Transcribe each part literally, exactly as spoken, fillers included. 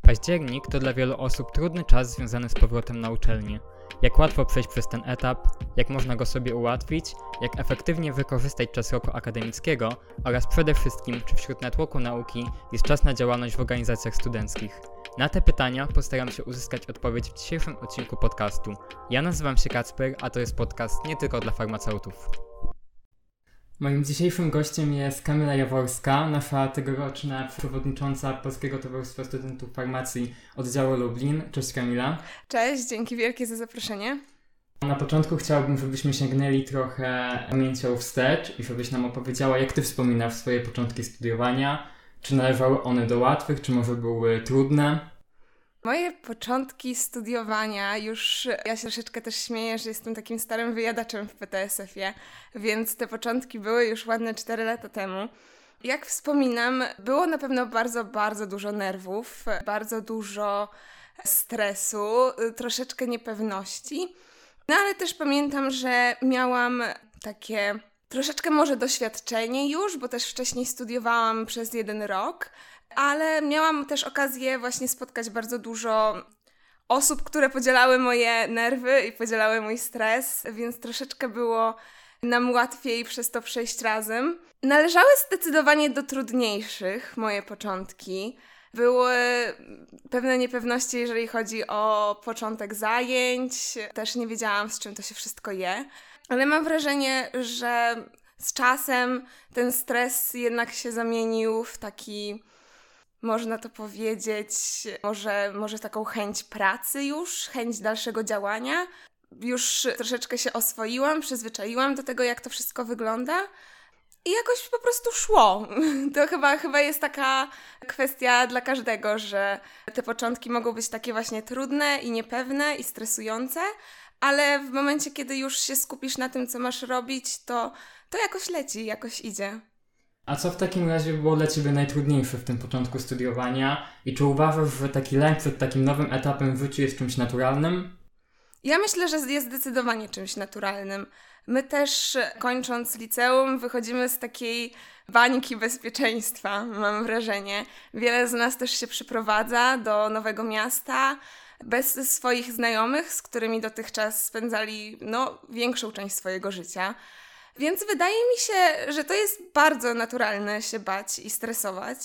Październik to dla wielu osób trudny czas związany z powrotem na uczelnię. Jak łatwo przejść przez ten etap, jak można go sobie ułatwić, jak efektywnie wykorzystać czas roku akademickiego oraz przede wszystkim, czy wśród networku nauki jest czas na działalność w organizacjach studenckich. Na te pytania postaram się uzyskać odpowiedź w dzisiejszym odcinku podcastu. Ja nazywam się Kacper, a to jest podcast nie tylko dla farmaceutów. Moim dzisiejszym gościem jest Kamila Jaworska, nasza tegoroczna przewodnicząca Polskiego Towarzystwa Studentów Farmacji Oddziału Lublin. Cześć Kamila. Cześć, dzięki wielkie za zaproszenie. Na początku chciałbym, żebyśmy sięgnęli trochę pamięcią wstecz i żebyś nam opowiedziała, jak ty wspominasz swoje początki studiowania. Czy należały one do łatwych, czy może były trudne? Moje początki studiowania już, ja się troszeczkę też śmieję, że jestem takim starym wyjadaczem w P T S F ie, więc te początki były już ładne cztery lata temu. Jak wspominam, było na pewno bardzo, bardzo dużo nerwów, bardzo dużo stresu, troszeczkę niepewności, no ale też pamiętam, że miałam takie troszeczkę może doświadczenie już, bo też wcześniej studiowałam przez jeden rok, ale miałam też okazję właśnie spotkać bardzo dużo osób, które podzielały moje nerwy i podzielały mój stres, więc troszeczkę było nam łatwiej przez to przejść razem. Należały zdecydowanie do trudniejszych moje początki. Były pewne niepewności, jeżeli chodzi o początek zajęć. Też nie wiedziałam, z czym to się wszystko je. Ale mam wrażenie, że z czasem ten stres jednak się zamienił w taki, można to powiedzieć, może, może taką chęć pracy już, chęć dalszego działania. Już troszeczkę się oswoiłam, przyzwyczaiłam do tego, jak to wszystko wygląda i jakoś po prostu szło. To chyba, chyba jest taka kwestia dla każdego, że te początki mogą być takie właśnie trudne i niepewne i stresujące, ale w momencie, kiedy już się skupisz na tym, co masz robić, to, to jakoś leci, jakoś idzie. A co w takim razie było dla Ciebie najtrudniejsze w tym początku studiowania? I czy uważasz, że taki lęk przed takim nowym etapem w życiu jest czymś naturalnym? Ja myślę, że jest zdecydowanie czymś naturalnym. My też, kończąc liceum, wychodzimy z takiej bańki bezpieczeństwa, mam wrażenie. Wiele z nas też się przyprowadza do nowego miasta, bez swoich znajomych, z którymi dotychczas spędzali no, większą część swojego życia. Więc wydaje mi się, że to jest bardzo naturalne się bać i stresować,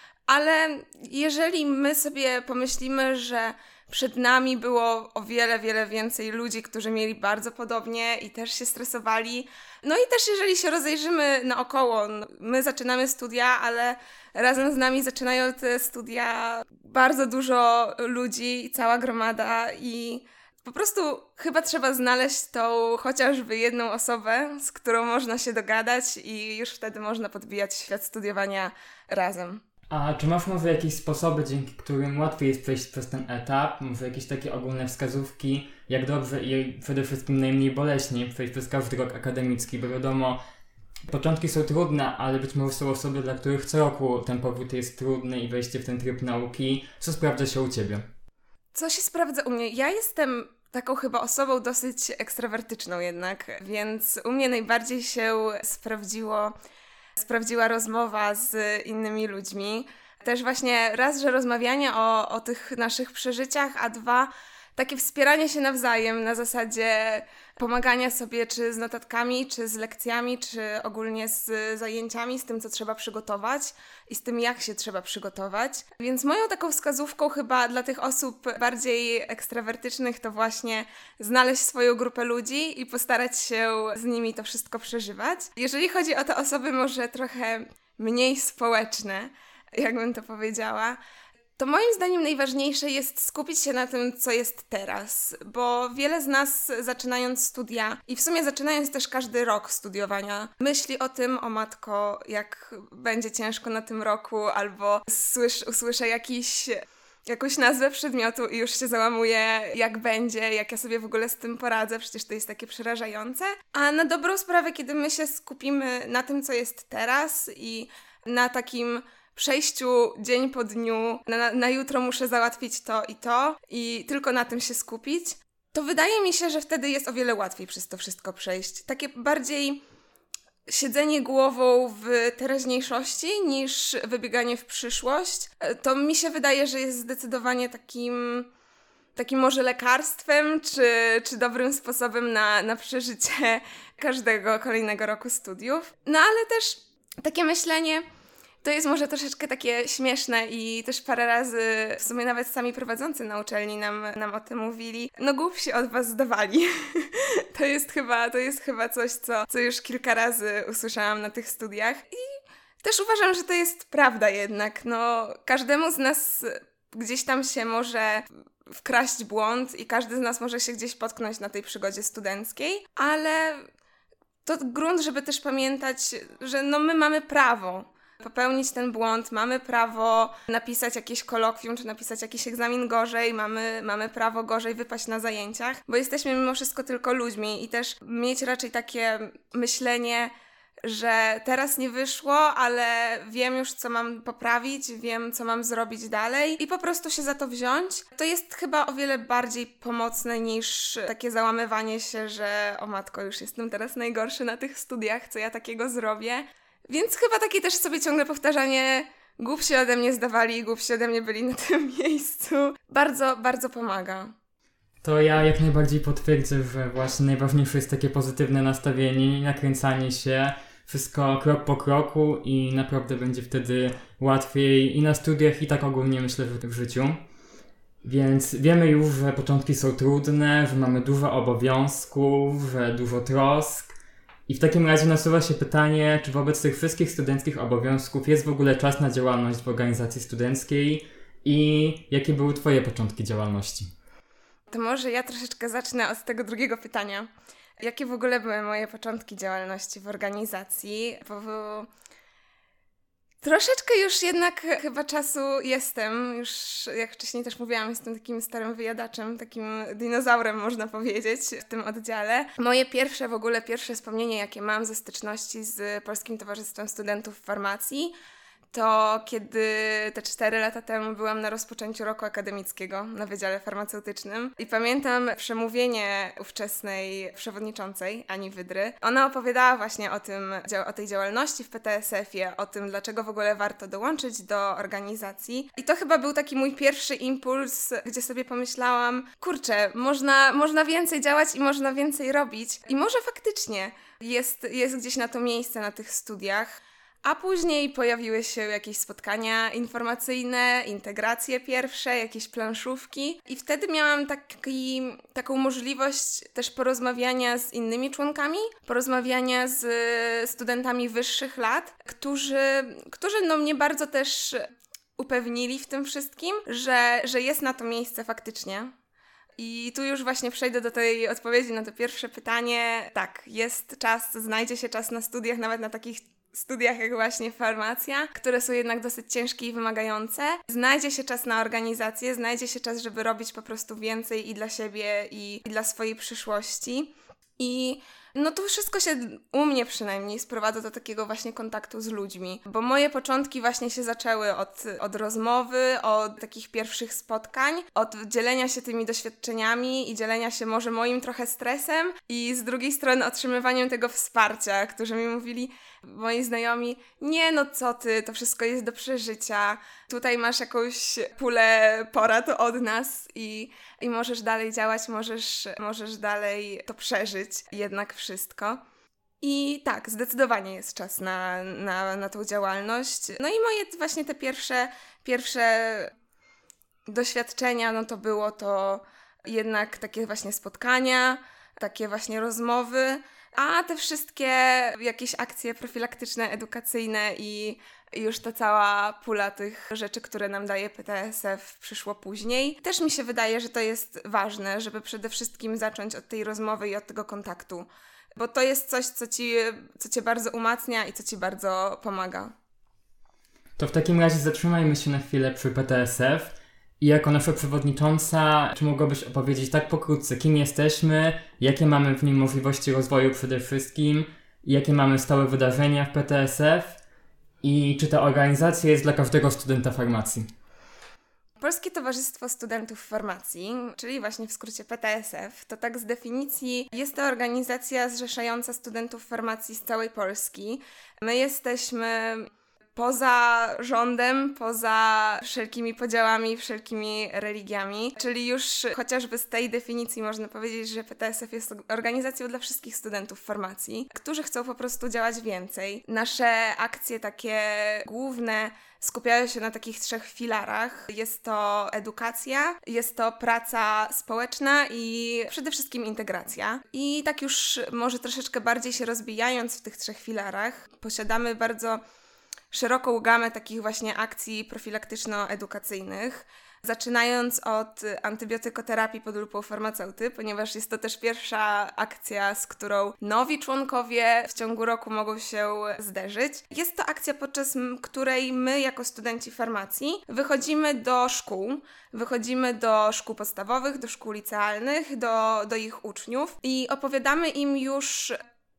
ale jeżeli my sobie pomyślimy, że przed nami było o wiele, wiele więcej ludzi, którzy mieli bardzo podobnie i też się stresowali, no i też jeżeli się rozejrzymy naokoło, no, my zaczynamy studia, ale razem z nami zaczynają te studia bardzo dużo ludzi i cała gromada i po prostu chyba trzeba znaleźć tą chociażby jedną osobę, z którą można się dogadać i już wtedy można podbijać świat studiowania razem. A czy masz może jakieś sposoby, dzięki którym łatwiej jest przejść przez ten etap? Może jakieś takie ogólne wskazówki, jak dobrze i przede wszystkim najmniej boleśnie przejść przez każdy rok akademicki? Bo wiadomo, początki są trudne, ale być może są osoby, dla których co roku ten powrót jest trudny i wejście w ten tryb nauki. Co sprawdza się u Ciebie? Co się sprawdza u mnie? Ja jestem taką chyba osobą dosyć ekstrawertyczną jednak, więc u mnie najbardziej się sprawdziło, sprawdziła rozmowa z innymi ludźmi. Też właśnie raz, że rozmawianie o, o tych naszych przeżyciach, a dwa, takie wspieranie się nawzajem na zasadzie pomagania sobie czy z notatkami, czy z lekcjami, czy ogólnie z zajęciami, z tym, co trzeba przygotować i z tym, jak się trzeba przygotować. Więc moją taką wskazówką chyba dla tych osób bardziej ekstrawertycznych to właśnie znaleźć swoją grupę ludzi i postarać się z nimi to wszystko przeżywać. Jeżeli chodzi o te osoby może trochę mniej społeczne, jakbym to powiedziała, to moim zdaniem najważniejsze jest skupić się na tym, co jest teraz, bo wiele z nas zaczynając studia i w sumie zaczynając też każdy rok studiowania, myśli o tym, o matko, jak będzie ciężko na tym roku, albo słysz, usłyszę jakiś, jakąś nazwę przedmiotu i już się załamuje, jak będzie, jak ja sobie w ogóle z tym poradzę, przecież to jest takie przerażające. A na dobrą sprawę, kiedy my się skupimy na tym, co jest teraz i na takim przejściu dzień po dniu, na, na jutro muszę załatwić to i to i tylko na tym się skupić, to wydaje mi się, że wtedy jest o wiele łatwiej przez to wszystko przejść. Takie bardziej siedzenie głową w teraźniejszości niż wybieganie w przyszłość. To mi się wydaje, że jest zdecydowanie takim, takim może lekarstwem, czy, czy dobrym sposobem na, na przeżycie każdego kolejnego roku studiów. No ale też takie myślenie to jest może troszeczkę takie śmieszne i też parę razy w sumie nawet sami prowadzący na uczelni nam, nam o tym mówili. No głupsi od was zdawali. to jest chyba, to jest chyba coś, co, co już kilka razy usłyszałam na tych studiach i też uważam, że to jest prawda jednak. No każdemu z nas gdzieś tam się może wkraść błąd i każdy z nas może się gdzieś potknąć na tej przygodzie studenckiej, ale to grunt, żeby też pamiętać, że no my mamy prawo popełnić ten błąd, mamy prawo napisać jakieś kolokwium, czy napisać jakiś egzamin gorzej, mamy, mamy prawo gorzej wypaść na zajęciach, bo jesteśmy mimo wszystko tylko ludźmi i też mieć raczej takie myślenie, że teraz nie wyszło, ale wiem już, co mam poprawić, wiem, co mam zrobić dalej i po prostu się za to wziąć. To jest chyba o wiele bardziej pomocne niż takie załamywanie się, że o matko, już jestem teraz najgorszy na tych studiach, co ja takiego zrobię. Więc chyba takie też sobie ciągle powtarzanie głupsi ode mnie zdawali, głupsi ode mnie byli na tym miejscu. Bardzo, bardzo pomaga. To ja jak najbardziej potwierdzę, że właśnie najważniejsze jest takie pozytywne nastawienie, nie nakręcanie się, wszystko krok po kroku i naprawdę będzie wtedy łatwiej i na studiach, i tak ogólnie myślę, że w życiu. Więc wiemy już, że początki są trudne, że mamy dużo obowiązków, że dużo trosk. I w takim razie nasuwa się pytanie, czy wobec tych wszystkich studenckich obowiązków jest w ogóle czas na działalność w organizacji studenckiej i jakie były twoje początki działalności? To może ja troszeczkę zacznę od tego drugiego pytania. Jakie w ogóle były moje początki działalności w organizacji? Bo troszeczkę już jednak chyba czasu jestem, już jak wcześniej też mówiłam, jestem takim starym wyjadaczem, takim dinozaurem można powiedzieć w tym oddziale. Moje pierwsze w ogóle, pierwsze wspomnienie, jakie mam ze styczności z Polskim Towarzystwem Studentów Farmacji, to kiedy te cztery lata temu byłam na rozpoczęciu roku akademickiego na Wydziale Farmaceutycznym i pamiętam przemówienie ówczesnej przewodniczącej Ani Wydry. Ona opowiadała właśnie o tym, o tej działalności w P T S F-ie, o tym, dlaczego w ogóle warto dołączyć do organizacji. I to chyba był taki mój pierwszy impuls, gdzie sobie pomyślałam, kurczę, można, można więcej działać i można więcej robić. I może faktycznie jest, jest gdzieś na to miejsce na tych studiach. A później pojawiły się jakieś spotkania informacyjne, integracje pierwsze, jakieś planszówki i wtedy miałam taki, taką możliwość też porozmawiania z innymi członkami, porozmawiania z studentami wyższych lat, którzy, którzy no mnie bardzo też upewnili w tym wszystkim, że, że jest na to miejsce faktycznie. I tu już właśnie przejdę do tej odpowiedzi na to pierwsze pytanie. Tak, jest czas, znajdzie się czas na studiach, nawet na takich studiach jak właśnie farmacja, które są jednak dosyć ciężkie i wymagające. Znajdzie się czas na organizację, znajdzie się czas, żeby robić po prostu więcej i dla siebie, i, i dla swojej przyszłości. I no to wszystko się u mnie przynajmniej sprowadza do takiego właśnie kontaktu z ludźmi, bo moje początki właśnie się zaczęły od, od rozmowy, od takich pierwszych spotkań, od dzielenia się tymi doświadczeniami i dzielenia się może moim trochę stresem i z drugiej strony otrzymywaniem tego wsparcia, którzy mi mówili, moi znajomi, nie no co ty, to wszystko jest do przeżycia, tutaj masz jakąś pulę porad od nas i, i możesz dalej działać, możesz, możesz dalej to przeżyć, jednak wszystko. I tak, zdecydowanie jest czas na, na, na tą działalność. No i moje właśnie te pierwsze, pierwsze doświadczenia, no to było to jednak takie właśnie spotkania, takie właśnie rozmowy, a te wszystkie jakieś akcje profilaktyczne, edukacyjne i już ta cała pula tych rzeczy, które nam daje P T S F przyszło później. Też mi się wydaje, że to jest ważne, żeby przede wszystkim zacząć od tej rozmowy i od tego kontaktu, bo to jest coś, co ci, co cię bardzo umacnia i co ci bardzo pomaga. To w takim razie zatrzymajmy się na chwilę przy P T S F. I jako nasza przewodnicząca, czy mogłabyś opowiedzieć tak pokrótce, kim jesteśmy, jakie mamy w nim możliwości rozwoju przede wszystkim, jakie mamy stałe wydarzenia w P T S F i czy ta organizacja jest dla każdego studenta farmacji? Polskie Towarzystwo Studentów Farmacji, czyli właśnie w skrócie P T S F, to tak z definicji jest to organizacja zrzeszająca studentów farmacji z całej Polski. My jesteśmy poza rządem, poza wszelkimi podziałami, wszelkimi religiami, czyli już chociażby z tej definicji można powiedzieć, że P T S F jest organizacją dla wszystkich studentów farmacji, którzy chcą po prostu działać więcej. Nasze akcje takie główne skupiają się na takich trzech filarach. Jest to edukacja, jest to praca społeczna i przede wszystkim integracja. I tak już może troszeczkę bardziej się rozbijając w tych trzech filarach, posiadamy bardzo szeroką gamę takich właśnie akcji profilaktyczno-edukacyjnych, zaczynając od antybiotykoterapii pod lupą farmaceuty, ponieważ jest to też pierwsza akcja, z którą nowi członkowie w ciągu roku mogą się zderzyć. Jest to akcja, podczas której my jako studenci farmacji wychodzimy do szkół, wychodzimy do szkół podstawowych, do szkół licealnych, do, do ich uczniów i opowiadamy im już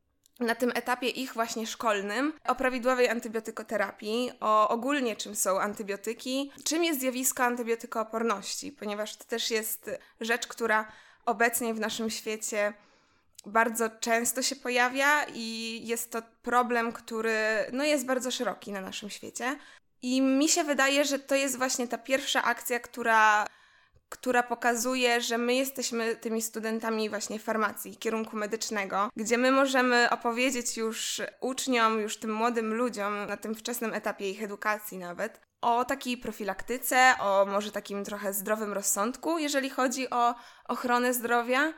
na tym etapie ich właśnie szkolnym o prawidłowej antybiotykoterapii, o ogólnie czym są antybiotyki, czym jest zjawisko antybiotykooporności, ponieważ to też jest rzecz, która obecnie w naszym świecie bardzo często się pojawia i jest to problem, który no, jest bardzo szeroki na naszym świecie. I mi się wydaje, że to jest właśnie ta pierwsza akcja, która która pokazuje, że my jesteśmy tymi studentami właśnie farmacji, kierunku medycznego, gdzie my możemy opowiedzieć już uczniom, już tym młodym ludziom na tym wczesnym etapie ich edukacji nawet, o takiej profilaktyce, o może takim trochę zdrowym rozsądku, jeżeli chodzi o ochronę zdrowia.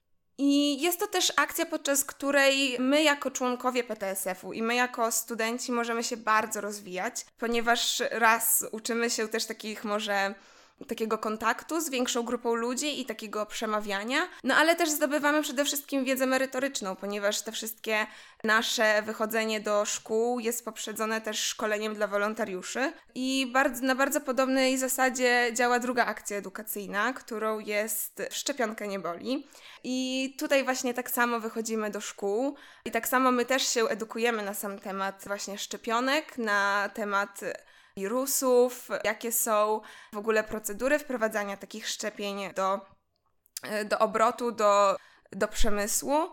I jest to też akcja, podczas której my jako członkowie P T S F-u i my jako studenci możemy się bardzo rozwijać, ponieważ raz uczymy się też takich może takiego kontaktu z większą grupą ludzi i takiego przemawiania, no ale też zdobywamy przede wszystkim wiedzę merytoryczną, ponieważ te wszystkie nasze wychodzenie do szkół jest poprzedzone też szkoleniem dla wolontariuszy i bardzo, na bardzo podobnej zasadzie działa druga akcja edukacyjna, którą jest Szczepionka nie boli. I tutaj właśnie tak samo wychodzimy do szkół i tak samo my też się edukujemy na sam temat właśnie szczepionek, na temat wirusów, jakie są w ogóle procedury wprowadzania takich szczepień do, do obrotu, do, do przemysłu.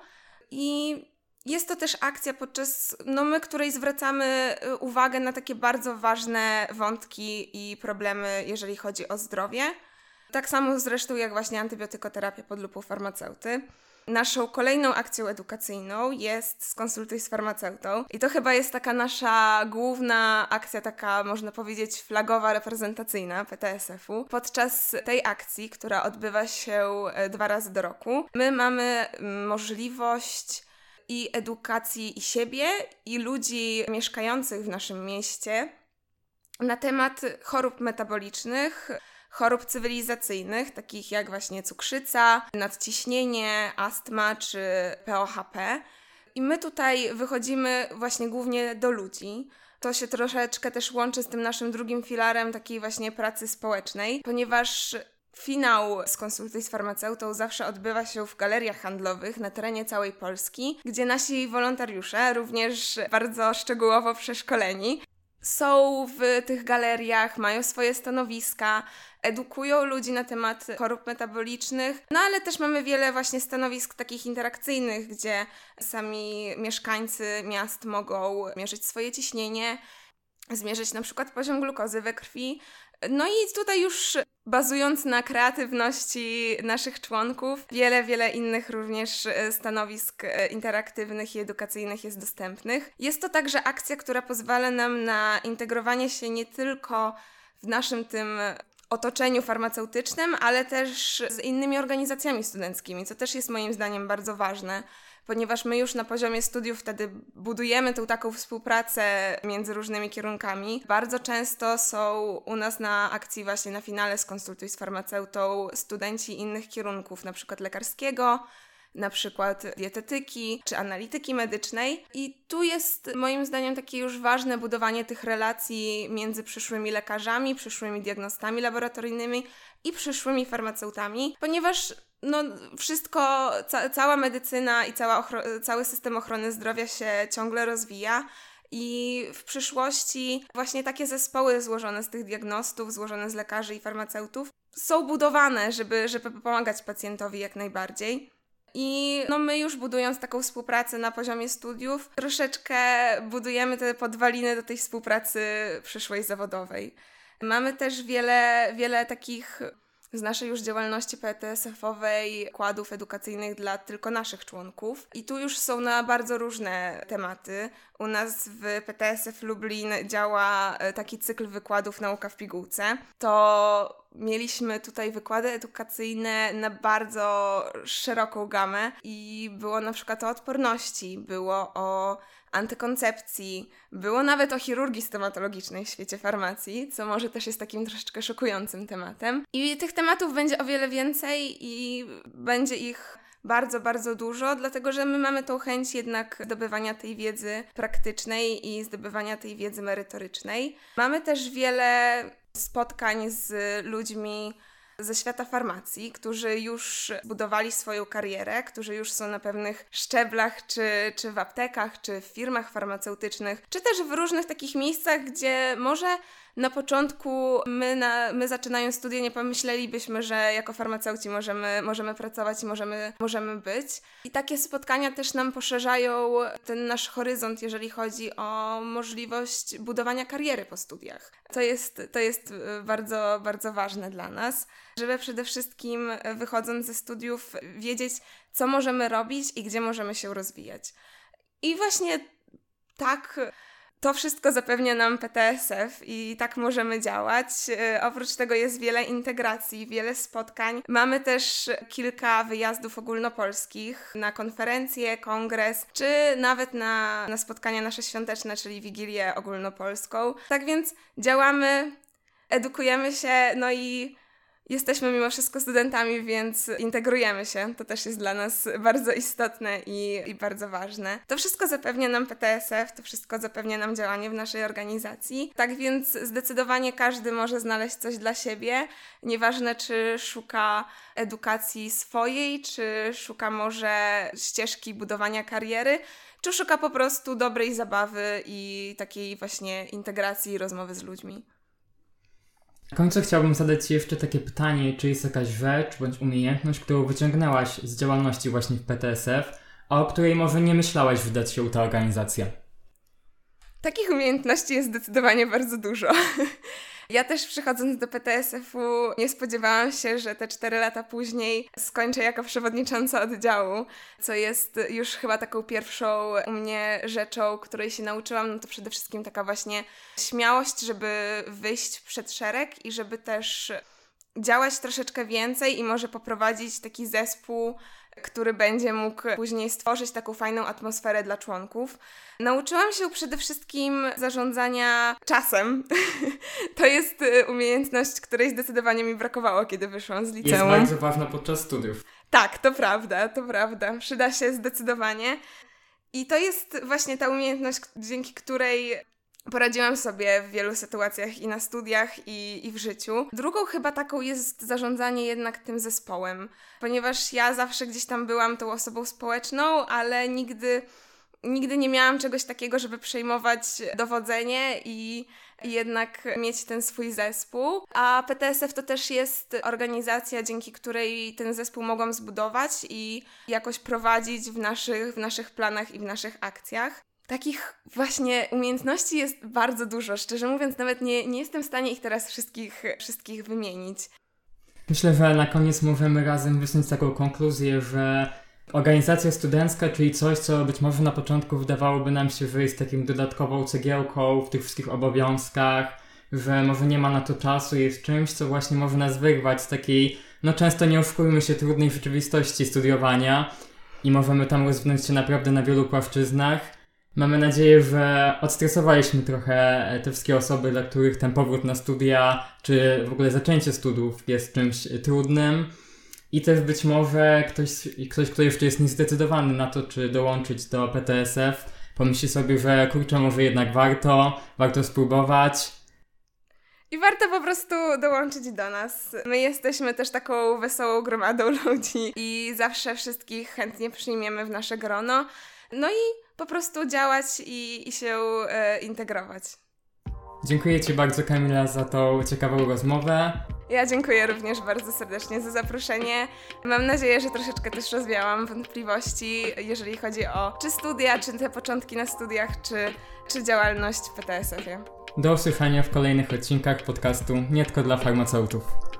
I jest to też akcja, podczas no my, której zwracamy uwagę na takie bardzo ważne wątki i problemy, jeżeli chodzi o zdrowie. Tak samo zresztą jak właśnie antybiotykoterapia pod lupą farmaceuty. Naszą kolejną akcją edukacyjną jest Skonsultuj z farmaceutą i to chyba jest taka nasza główna akcja, taka można powiedzieć flagowa, reprezentacyjna P T S F-u. Podczas tej akcji, która odbywa się dwa razy do roku, my mamy możliwość i edukacji i siebie, i ludzi mieszkających w naszym mieście na temat chorób metabolicznych, chorób cywilizacyjnych, takich jak właśnie cukrzyca, nadciśnienie, astma czy P O H P. I my tutaj wychodzimy właśnie głównie do ludzi. To się troszeczkę też łączy z tym naszym drugim filarem takiej właśnie pracy społecznej, ponieważ finał Skonsultuj z farmaceutą zawsze odbywa się w galeriach handlowych na terenie całej Polski, gdzie nasi wolontariusze, również bardzo szczegółowo przeszkoleni, są w tych galeriach, mają swoje stanowiska, edukują ludzi na temat chorób metabolicznych, no ale też mamy wiele właśnie stanowisk takich interakcyjnych, gdzie sami mieszkańcy miast mogą mierzyć swoje ciśnienie, zmierzyć na przykład poziom glukozy we krwi. No i tutaj już bazując na kreatywności naszych członków, wiele, wiele innych również stanowisk interaktywnych i edukacyjnych jest dostępnych. Jest to także akcja, która pozwala nam na integrowanie się nie tylko w naszym tym otoczeniu farmaceutycznym, ale też z innymi organizacjami studenckimi, co też jest moim zdaniem bardzo ważne, ponieważ my już na poziomie studiów wtedy budujemy tą taką współpracę między różnymi kierunkami. Bardzo często są u nas na akcji właśnie na finale Skonsultuj z farmaceutą studenci innych kierunków, na przykład lekarskiego, na przykład dietetyki czy analityki medycznej. I tu jest moim zdaniem takie już ważne budowanie tych relacji między przyszłymi lekarzami, przyszłymi diagnostami laboratoryjnymi i przyszłymi farmaceutami, ponieważ no, wszystko, ca- cała medycyna i cała ochro- cały system ochrony zdrowia się ciągle rozwija i w przyszłości właśnie takie zespoły złożone z tych diagnostów, złożone z lekarzy i farmaceutów są budowane, żeby, żeby pomagać pacjentowi jak najbardziej. I no my już budując taką współpracę na poziomie studiów, troszeczkę budujemy te podwaliny do tej współpracy przyszłej zawodowej. Mamy też wiele, wiele takich z naszej już działalności P T S F-owej kładów edukacyjnych dla tylko naszych członków. I tu już są na bardzo różne tematy. U nas w P T S F Lublin działa taki cykl wykładów Nauka w pigułce. To mieliśmy tutaj wykłady edukacyjne na bardzo szeroką gamę i było na przykład o odporności, było o antykoncepcji, było nawet o chirurgii stomatologicznej w świecie farmacji, co może też jest takim troszeczkę szokującym tematem. I tych tematów będzie o wiele więcej i będzie ich bardzo, bardzo dużo, dlatego że my mamy tą chęć jednak zdobywania tej wiedzy praktycznej i zdobywania tej wiedzy merytorycznej. Mamy też wiele spotkań z ludźmi ze świata farmacji, którzy już budowali swoją karierę, którzy już są na pewnych szczeblach, czy, czy w aptekach, czy w firmach farmaceutycznych, czy też w różnych takich miejscach, gdzie może na początku my, na, my zaczynając studia nie pomyślelibyśmy, że jako farmaceuci możemy, możemy pracować i możemy, możemy być. I takie spotkania też nam poszerzają ten nasz horyzont, jeżeli chodzi o możliwość budowania kariery po studiach. To jest, to jest bardzo, bardzo ważne dla nas, żeby przede wszystkim wychodząc ze studiów wiedzieć, co możemy robić i gdzie możemy się rozwijać. I właśnie tak to wszystko zapewnia nam P T S F i tak możemy działać. Yy, oprócz tego jest wiele integracji, wiele spotkań. Mamy też kilka wyjazdów ogólnopolskich na konferencje, kongres, czy nawet na, na spotkania nasze świąteczne, czyli Wigilię ogólnopolską. Tak więc działamy, edukujemy się, no i jesteśmy mimo wszystko studentami, więc integrujemy się. To też jest dla nas bardzo istotne i, i bardzo ważne. To wszystko zapewnia nam P T S F, to wszystko zapewnia nam działanie w naszej organizacji. Tak więc zdecydowanie każdy może znaleźć coś dla siebie. Nieważne, czy szuka edukacji swojej, czy szuka może ścieżki budowania kariery, czy szuka po prostu dobrej zabawy i takiej właśnie integracji i rozmowy z ludźmi. Na końcu chciałbym zadać Ci jeszcze takie pytanie, czy jest jakaś rzecz bądź umiejętność, którą wyciągnęłaś z działalności właśnie w P T S F, a o której może nie myślałaś wydać się u ta organizacja? Takich umiejętności jest zdecydowanie bardzo dużo. Ja też przychodząc do P T S F-u nie spodziewałam się, że te cztery lata później skończę jako przewodnicząca oddziału, co jest już chyba taką pierwszą u mnie rzeczą, której się nauczyłam, no to przede wszystkim taka właśnie śmiałość, żeby wyjść przed szereg i żeby też działać troszeczkę więcej i może poprowadzić taki zespół, który będzie mógł później stworzyć taką fajną atmosferę dla członków. Nauczyłam się przede wszystkim zarządzania czasem. To jest umiejętność, której zdecydowanie mi brakowało, kiedy wyszłam z liceum. Jest bardzo ważna podczas studiów. Tak, to prawda, to prawda. Przyda się zdecydowanie. I to jest właśnie ta umiejętność, dzięki której poradziłam sobie w wielu sytuacjach i na studiach, i, i w życiu. Drugą chyba taką jest zarządzanie jednak tym zespołem, ponieważ ja zawsze gdzieś tam byłam tą osobą społeczną, ale nigdy, nigdy nie miałam czegoś takiego, żeby przejmować dowodzenie i jednak mieć ten swój zespół. A P T S F to też jest organizacja, dzięki której ten zespół mogłam zbudować i jakoś prowadzić w naszych, w naszych planach i w naszych akcjach. Takich właśnie umiejętności jest bardzo dużo. Szczerze mówiąc, nawet nie, nie jestem w stanie ich teraz wszystkich, wszystkich wymienić. Myślę, że na koniec możemy razem wysnuć taką konkluzję, że organizacja studencka, czyli coś, co być może na początku wydawałoby nam się, że jest takim dodatkową cegiełką w tych wszystkich obowiązkach, że może nie ma na to czasu, jest czymś, co właśnie może nas wyrwać z takiej, no często nie oszukujmy się, trudnej rzeczywistości studiowania i możemy tam rozwinąć się naprawdę na wielu płaszczyznach. Mamy nadzieję, że odstresowaliśmy trochę te wszystkie osoby, dla których ten powrót na studia, czy w ogóle zaczęcie studiów jest czymś trudnym. I też być może ktoś, ktoś, kto jeszcze jest niezdecydowany na to, czy dołączyć do P T S F, pomyśli sobie, że kurczę, może jednak warto, warto spróbować. I warto po prostu dołączyć do nas. My jesteśmy też taką wesołą gromadą ludzi i zawsze wszystkich chętnie przyjmiemy w nasze grono. No i po prostu działać i, i się e, integrować. Dziękuję Ci bardzo, Kamila, za tą ciekawą rozmowę. Ja dziękuję również bardzo serdecznie za zaproszenie. Mam nadzieję, że troszeczkę też rozwiałam wątpliwości, jeżeli chodzi o czy studia, czy te początki na studiach, czy, czy działalność w P T S F ie. Do usłyszenia w kolejnych odcinkach podcastu Nie tylko dla farmaceutów.